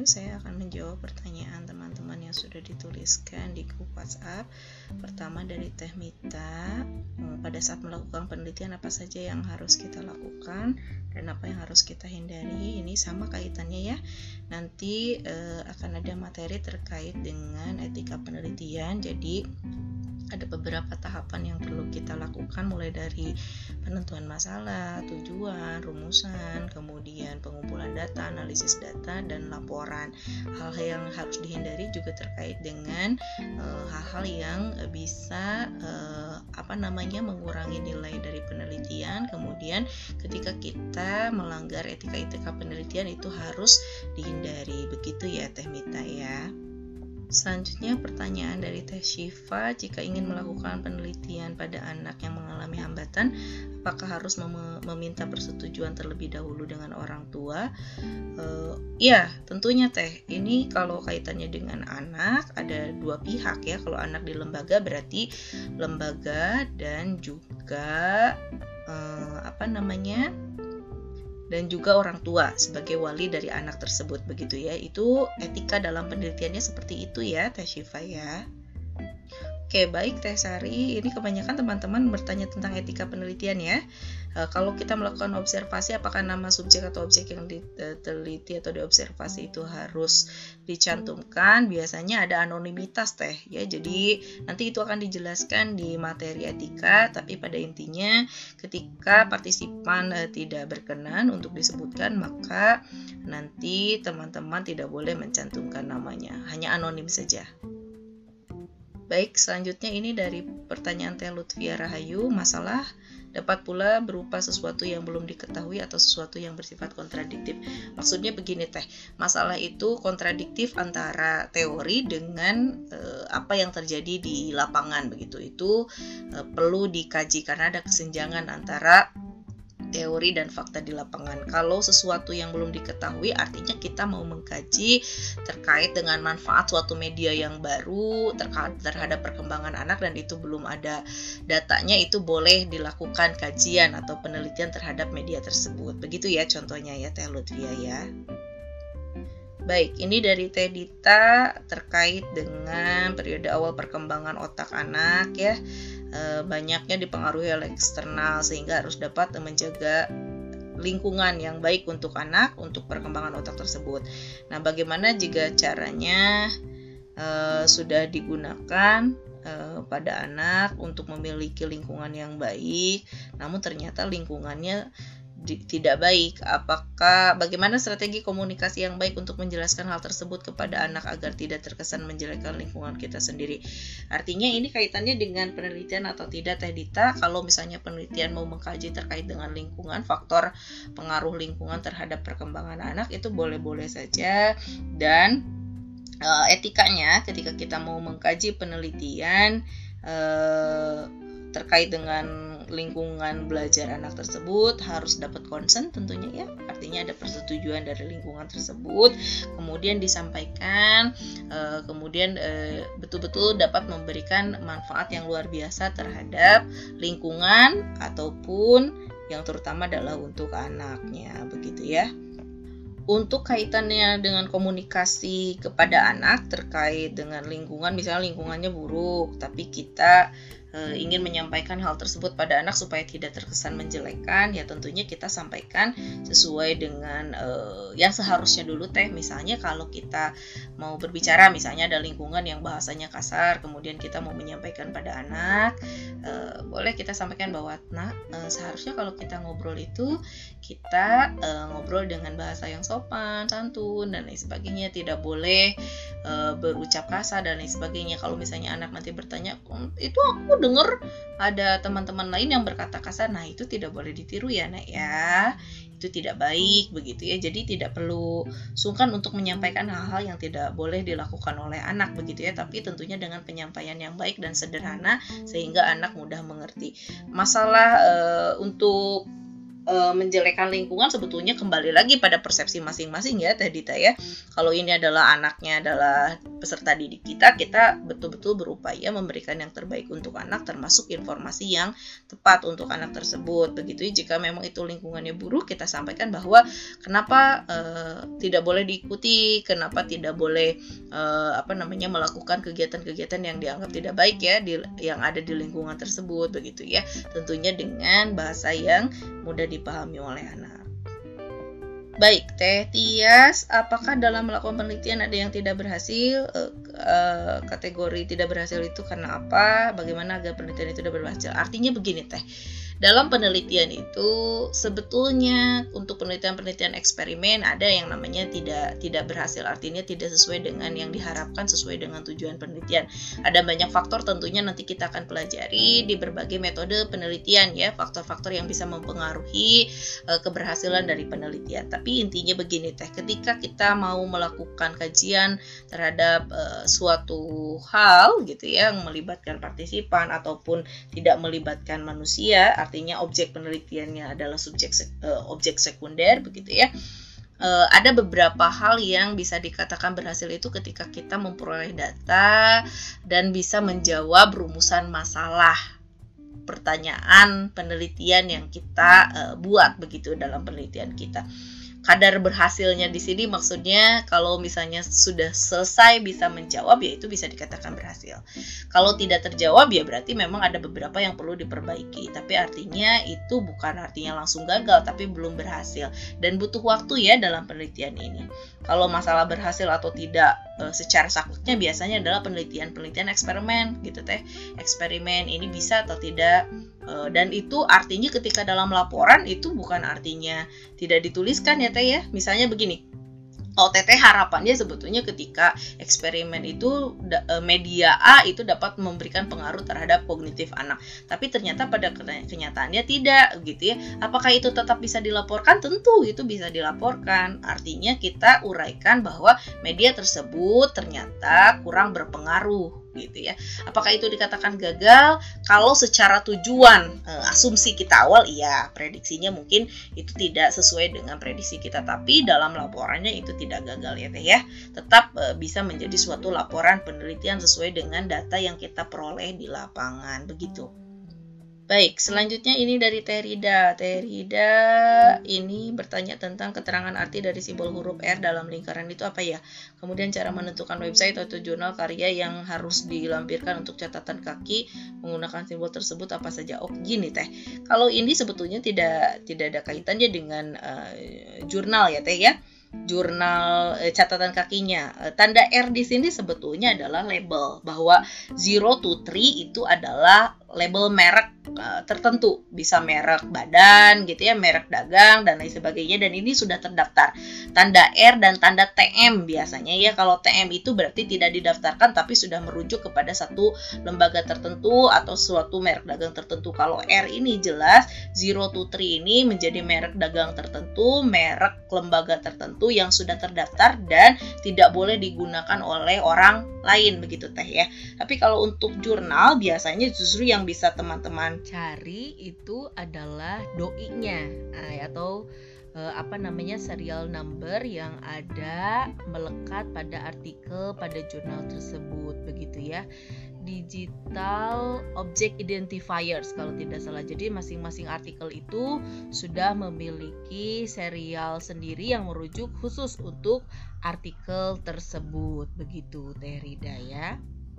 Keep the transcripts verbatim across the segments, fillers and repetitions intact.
Rahayu. Saya akan menjawab pertanyaan teman-teman yang sudah dituliskan di grup WhatsApp. Pertama dari Teh Mita, pada saat melakukan penelitian apa saja yang harus kita lakukan dan apa yang harus kita hindari. Ini sama kaitannya ya. Nanti eh, akan ada materi terkait dengan etika penelitian. Jadi ada beberapa tahapan yang perlu kita lakukan, mulai dari penentuan masalah, tujuan, rumusan, kemudian pengumpulan data, analisis data, dan laporan. Hal yang harus dihindari juga terkait dengan e, hal-hal yang bisa e, apa namanya mengurangi nilai dari penelitian. Kemudian ketika kita melanggar etika-etika penelitian itu harus dihindari. Begitu ya Teh Mita ya. Selanjutnya pertanyaan dari Teh Syifa, jika ingin melakukan penelitian pada anak yang mengalami hambatan, apakah harus mem- meminta persetujuan terlebih dahulu dengan orang tua? Uh, ya, tentunya Teh. Ini kalau kaitannya dengan anak ada dua pihak ya. Kalau anak di lembaga berarti lembaga dan juga uh, apa namanya? dan juga orang tua sebagai wali dari anak tersebut, begitu ya. Itu etika dalam penelitiannya seperti itu ya Teh Syifa ya. Oke, baik Teh Sari, ini kebanyakan teman-teman bertanya tentang etika penelitian ya. E, kalau kita melakukan observasi, apakah nama subjek atau objek yang diteliti atau diobservasi itu harus dicantumkan? Biasanya ada anonimitas Teh ya. Jadi nanti itu akan dijelaskan di materi etika, tapi pada intinya ketika partisipan e, tidak berkenan untuk disebutkan, maka nanti teman-teman tidak boleh mencantumkan namanya, hanya anonim saja. Baik, selanjutnya ini dari pertanyaan Teh Lutfia Rahayu, masalah dapat pula berupa sesuatu yang belum diketahui atau sesuatu yang bersifat kontradiktif. Maksudnya begini Teh, masalah itu kontradiktif antara teori dengan e, apa yang terjadi di lapangan, begitu. Itu e, perlu dikaji karena ada kesenjangan antara teori dan fakta di lapangan. Kalau sesuatu yang belum diketahui, artinya kita mau mengkaji terkait dengan manfaat suatu media yang baru terkait terhadap perkembangan anak dan itu belum ada datanya, itu boleh dilakukan kajian atau penelitian terhadap media tersebut. Begitu ya contohnya ya Teh Lutfia ya. Baik, ini dari Teh Dita terkait dengan periode awal perkembangan otak anak ya. E, banyaknya dipengaruhi oleh eksternal sehingga harus dapat menjaga lingkungan yang baik untuk anak untuk perkembangan otak tersebut. Nah, bagaimana jika caranya e, sudah digunakan e, pada anak untuk memiliki lingkungan yang baik, namun ternyata lingkungannya di, tidak baik? Apakah bagaimana strategi komunikasi yang baik untuk menjelaskan hal tersebut kepada anak agar tidak terkesan menjelekkan lingkungan kita sendiri? Artinya ini kaitannya dengan penelitian atau tidak Teh Dita. Kalau misalnya penelitian mau mengkaji terkait dengan lingkungan, faktor pengaruh lingkungan terhadap perkembangan anak, itu boleh-boleh saja. Dan e, etikanya ketika kita mau mengkaji penelitian e, terkait dengan lingkungan belajar anak tersebut harus dapat konsen tentunya ya, artinya ada persetujuan dari lingkungan tersebut, kemudian disampaikan, e, kemudian e, betul-betul dapat memberikan manfaat yang luar biasa terhadap lingkungan ataupun yang terutama adalah untuk anaknya, begitu ya. Untuk kaitannya dengan komunikasi kepada anak terkait dengan lingkungan, misalnya lingkungannya buruk, tapi kita e, ingin menyampaikan hal tersebut pada anak supaya tidak terkesan menjelekan, ya tentunya kita sampaikan sesuai dengan e, yang seharusnya dulu Teh. Misalnya kalau kita mau berbicara, misalnya ada lingkungan yang bahasanya kasar, kemudian kita mau menyampaikan pada anak, e, boleh kita sampaikan bahwa, nah e, seharusnya kalau kita ngobrol itu kita e, ngobrol dengan bahasa yang sopan, santun, dan lain sebagainya. Tidak boleh e, berucap kasar dan lain sebagainya. Kalau misalnya anak nanti bertanya, itu aku dengar ada teman-teman lain yang berkata kasar, nah itu tidak boleh ditiru ya Nak ya. Itu tidak baik, begitu ya. Jadi tidak perlu sungkan untuk menyampaikan hal-hal yang tidak boleh dilakukan oleh anak, begitu ya. Tapi tentunya dengan penyampaian yang baik dan sederhana sehingga anak mudah mengerti. Masalah e, untuk e, menjelekkan lingkungan sebetulnya kembali lagi pada persepsi masing-masing ya Teh Dita ya. Kalau ini adalah anaknya adalah peserta didik kita, kita betul-betul berupaya memberikan yang terbaik untuk anak, termasuk informasi yang tepat untuk anak tersebut. Begitu jika memang itu lingkungannya buruk, kita sampaikan bahwa kenapa e, tidak boleh diikuti, kenapa tidak boleh e, apa namanya melakukan kegiatan-kegiatan yang dianggap tidak baik ya di, yang ada di lingkungan tersebut begitu ya. Tentunya dengan bahasa yang mudah dipahami oleh anak. Baik, Teh Tias, apakah dalam melakukan penelitian ada yang tidak berhasil? E, e, kategori tidak berhasil itu karena apa? Bagaimana agar penelitian itu tidak berhasil? Artinya begini, Teh. Dalam penelitian itu sebetulnya untuk penelitian-penelitian eksperimen ada yang namanya tidak tidak berhasil, artinya tidak sesuai dengan yang diharapkan, sesuai dengan tujuan penelitian. Ada banyak faktor tentunya nanti kita akan pelajari di berbagai metode penelitian ya, faktor-faktor yang bisa mempengaruhi e, keberhasilan dari penelitian. Tapi intinya begini Teh, ketika kita mau melakukan kajian terhadap e, suatu hal gitu ya, yang melibatkan partisipan ataupun tidak melibatkan manusia, artinya objek penelitiannya adalah subjek uh, objek sekunder begitu ya. Uh, ada beberapa hal yang bisa dikatakan berhasil itu ketika kita memperoleh data dan bisa menjawab rumusan masalah pertanyaan penelitian yang kita uh, buat begitu dalam penelitian kita. Kadar berhasilnya di sini maksudnya kalau misalnya sudah selesai bisa menjawab ya itu bisa dikatakan berhasil. Kalau tidak terjawab ya berarti memang ada beberapa yang perlu diperbaiki. Tapi artinya itu bukan artinya langsung gagal tapi belum berhasil dan butuh waktu ya dalam penelitian ini. Kalau masalah berhasil atau tidak e, secara sakleknya biasanya adalah penelitian-penelitian eksperimen gitu Teh. Eksperimen ini bisa atau tidak. Dan itu artinya ketika dalam laporan itu bukan artinya tidak dituliskan ya Teh ya. Misalnya begini, O T T harapannya sebetulnya ketika eksperimen itu media A itu dapat memberikan pengaruh terhadap kognitif anak. Tapi ternyata pada kenyataannya tidak gitu ya. Apakah itu tetap bisa dilaporkan? Tentu itu bisa dilaporkan. Artinya kita uraikan bahwa media tersebut ternyata kurang berpengaruh gitu ya. Apakah itu dikatakan gagal? Kalau secara tujuan e, asumsi kita awal iya, prediksinya mungkin itu tidak sesuai dengan prediksi kita, tapi dalam laporannya itu tidak gagal ya Teh ya. Tetap e, bisa menjadi suatu laporan penelitian sesuai dengan data yang kita peroleh di lapangan begitu. Baik, selanjutnya ini dari Teh Rida. Teh Rida ini bertanya tentang keterangan arti dari simbol huruf R dalam lingkaran itu apa ya? Kemudian cara menentukan website atau jurnal karya yang harus dilampirkan untuk catatan kaki menggunakan simbol tersebut apa saja? Oh, gini Teh. Kalau ini sebetulnya tidak tidak ada kaitannya dengan uh, jurnal ya Teh ya. Jurnal eh, catatan kakinya. Eh, tanda R di sini sebetulnya adalah label bahwa zero to three itu adalah label merek uh, tertentu, bisa merek badan gitu ya, merek dagang dan lain sebagainya, dan ini sudah terdaftar. Tanda R dan tanda T M biasanya ya, kalau T M itu berarti tidak didaftarkan tapi sudah merujuk kepada satu lembaga tertentu atau suatu merek dagang tertentu. Kalau R ini jelas zero to three ini menjadi merek dagang tertentu, merek lembaga tertentu yang sudah terdaftar dan tidak boleh digunakan oleh orang lain begitu Teh ya. Tapi kalau untuk jurnal biasanya justru yang bisa teman-teman cari itu adalah doinya nah, atau eh, apa namanya serial number yang ada melekat pada artikel pada jurnal tersebut begitu ya. Digital Object Identifiers kalau tidak salah. Jadi masing-masing artikel itu sudah memiliki serial sendiri yang merujuk khusus untuk artikel tersebut begitu Teh Rida ya.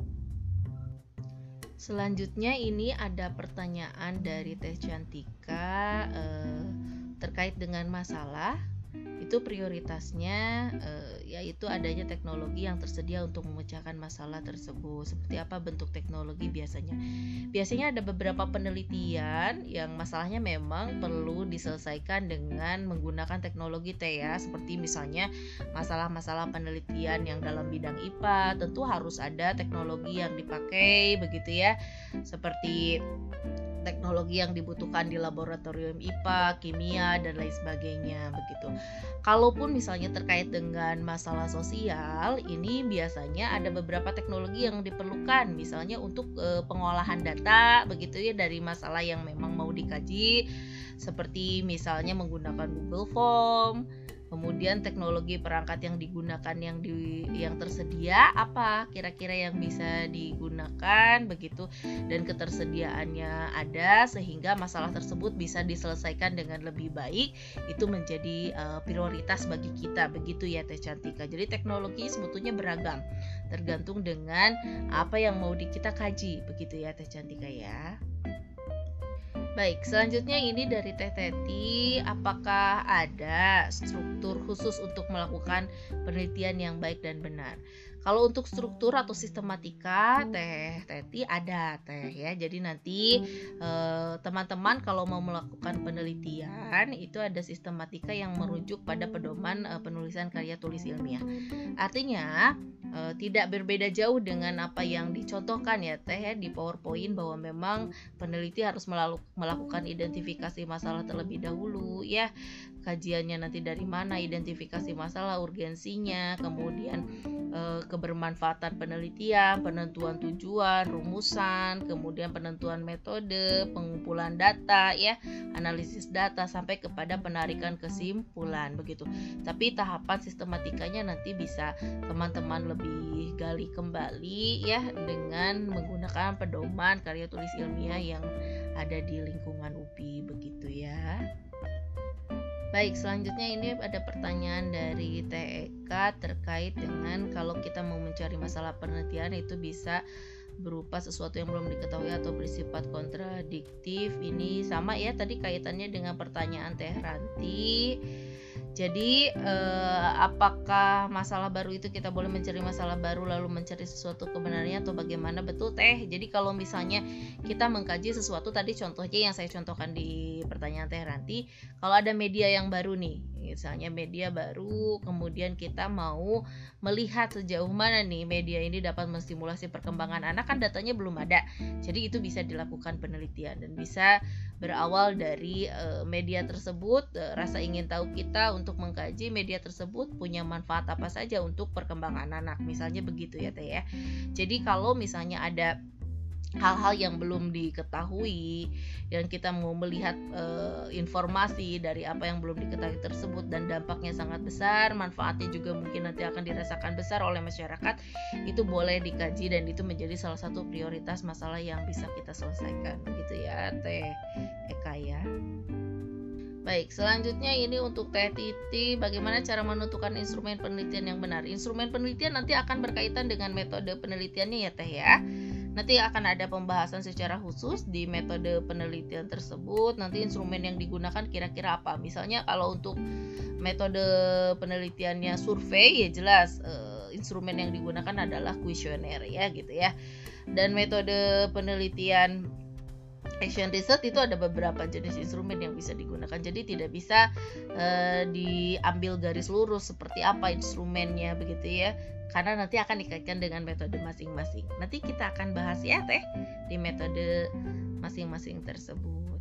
Selanjutnya ini ada pertanyaan dari Teh Cantika eh, terkait dengan masalah. Itu prioritasnya eh, yaitu adanya teknologi yang tersedia untuk memecahkan masalah tersebut. Seperti apa bentuk teknologi biasanya? Biasanya ada beberapa penelitian yang masalahnya memang perlu diselesaikan dengan menggunakan teknologi Teh ya. Seperti misalnya masalah-masalah penelitian yang dalam bidang I P A, tentu harus ada teknologi yang dipakai begitu ya. Seperti teknologi yang dibutuhkan di laboratorium I P A, kimia, dan lain sebagainya begitu. Kalaupun misalnya terkait dengan masalah sosial, ini biasanya ada beberapa teknologi yang diperlukan, misalnya untuk e, pengolahan data begitu ya dari masalah yang memang mau dikaji. seperti misalnya menggunakan Google Form. Kemudian teknologi perangkat yang digunakan yang di yang tersedia apa kira-kira yang bisa digunakan begitu, dan ketersediaannya ada sehingga masalah tersebut bisa diselesaikan dengan lebih baik, itu menjadi uh, prioritas bagi kita begitu ya Teh Cantika. Jadi teknologi sebetulnya beragam tergantung dengan apa yang mau di kita kaji begitu ya Teh Cantika ya. Baik, selanjutnya ini dari Teh Teti, apakah ada struktur khusus untuk melakukan penelitian yang baik dan benar? Kalau untuk struktur atau sistematika, Teh Teti ada Teh ya. Jadi nanti eh, teman-teman kalau mau melakukan penelitian itu ada sistematika yang merujuk pada pedoman eh, penulisan karya tulis ilmiah. Artinya eh, tidak berbeda jauh dengan apa yang dicontohkan ya Teh ya di PowerPoint, bahwa memang peneliti harus melakukan identifikasi masalah terlebih dahulu ya. Kajiannya nanti dari mana, identifikasi masalah, urgensinya, kemudian e, kebermanfaatan penelitian, penentuan tujuan, rumusan, kemudian penentuan metode, pengumpulan data ya, analisis data sampai kepada penarikan kesimpulan begitu. Tapi tahapan sistematikanya nanti bisa teman-teman lebih gali kembali ya dengan menggunakan pedoman karya tulis ilmiah yang ada di lingkungan U P I begitu ya. Baik, selanjutnya ini ada pertanyaan dari T E K terkait dengan kalau kita mau mencari masalah penelitian itu bisa berupa sesuatu yang belum diketahui atau bersifat kontradiktif. Ini sama ya tadi kaitannya dengan pertanyaan Teh Ranti. Jadi eh, apakah masalah baru itu kita boleh mencari masalah baru lalu mencari sesuatu kebenarannya atau bagaimana? Betul Teh. Jadi kalau misalnya kita mengkaji sesuatu, tadi contohnya yang saya contohkan di pertanyaan Teh Ranti, kalau ada media yang baru nih, misalnya media baru, kemudian kita mau melihat sejauh mana nih media ini dapat menstimulasi perkembangan anak, kan datanya belum ada. Jadi itu bisa dilakukan penelitian dan bisa berawal dari uh, media tersebut, uh, rasa ingin tahu kita untuk mengkaji media tersebut punya manfaat apa saja untuk perkembangan anak, misalnya begitu ya Teh ya. Jadi kalau misalnya ada hal-hal yang belum diketahui dan kita mau melihat e, informasi dari apa yang belum diketahui tersebut dan dampaknya sangat besar, manfaatnya juga mungkin nanti akan dirasakan besar oleh masyarakat, itu boleh dikaji dan itu menjadi salah satu prioritas masalah yang bisa kita selesaikan begitu ya Teh Eka ya. Baik, selanjutnya ini untuk Teh Titi, bagaimana cara menentukan instrumen penelitian yang benar? Instrumen penelitian nanti akan berkaitan dengan metode penelitiannya ya Teh ya. Nanti akan ada pembahasan secara khusus di metode penelitian tersebut. Nanti instrumen yang digunakan kira-kira apa? Misalnya kalau untuk metode penelitiannya survei ya jelas eh, instrumen yang digunakan adalah kuesioner ya gitu ya. Dan metode penelitian action research itu ada beberapa jenis instrumen yang bisa digunakan. Jadi tidak bisa eh, diambil garis lurus seperti apa instrumennya begitu ya. Karena nanti akan dikaitkan dengan metode masing-masing. Nanti kita akan bahas ya Teh di metode masing-masing tersebut.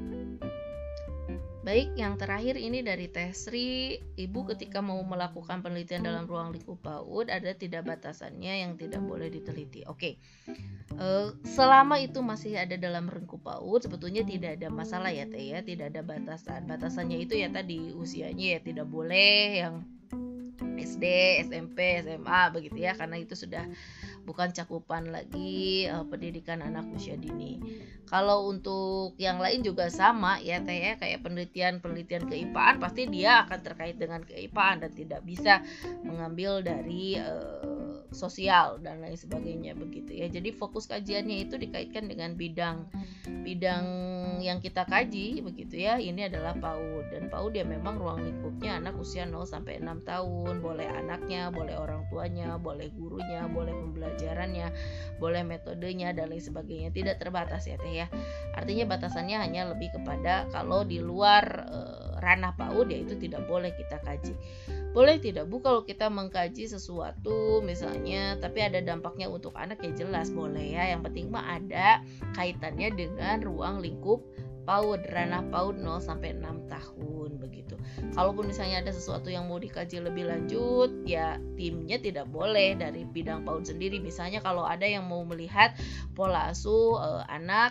Baik, yang terakhir ini dari Teh Sri, Ibu ketika mau melakukan penelitian dalam ruang lingkup PAUD ada tidak batasannya yang tidak boleh diteliti. Oke, e, selama itu masih ada dalam lingkup PAUD sebetulnya tidak ada masalah ya Teh ya, tidak ada batasan. Batasannya itu ya tadi usianya ya tidak boleh yang S D, S M P, S M A begitu ya, karena itu sudah bukan cakupan lagi uh, pendidikan anak usia dini. Kalau untuk yang lain juga sama ya Teh ya, kayak penelitian-penelitian keipaan pasti dia akan terkait dengan keipaan dan tidak bisa mengambil dari uh, sosial dan lain sebagainya begitu ya. Jadi fokus kajiannya itu dikaitkan dengan bidang bidang yang kita kaji begitu ya. Ini adalah PAUD, dan PAUD ya memang ruang lingkupnya anak usia nol sampai enam tahun, boleh anaknya, boleh orang tuanya, boleh gurunya, boleh pembelajarannya, boleh metodenya dan lain sebagainya, tidak terbatas ya Teh ya. Artinya batasannya hanya lebih kepada kalau di luar e, ranah PAUD ya itu tidak boleh kita kaji. Boleh tidak Bu kalau kita mengkaji sesuatu misalnya tapi ada dampaknya untuk anak, ya jelas boleh ya. Yang penting mah ada kaitannya dengan ruang lingkup PAUD, ranah PAUD nol sampai enam tahun begitu. Kalaupun misalnya ada sesuatu yang mau dikaji lebih lanjut, ya timnya tidak boleh dari bidang PAUD sendiri. Misalnya kalau ada yang mau melihat pola asuh e, anak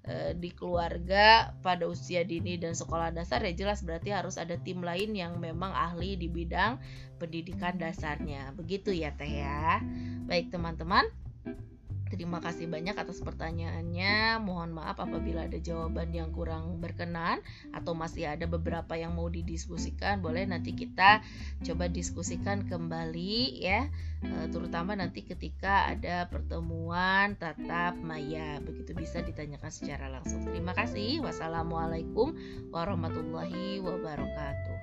e, di keluarga pada usia dini dan sekolah dasar, ya jelas berarti harus ada tim lain yang memang ahli di bidang pendidikan dasarnya. Begitu ya Teh ya. Baik teman-teman, terima kasih banyak atas pertanyaannya. Mohon maaf apabila ada jawaban yang kurang berkenan atau masih ada beberapa yang mau didiskusikan. Boleh nanti kita coba diskusikan kembali ya, e, terutama nanti ketika ada pertemuan tatap maya. Begitu bisa ditanyakan secara langsung. Terima kasih. Wassalamualaikum warahmatullahi wabarakatuh.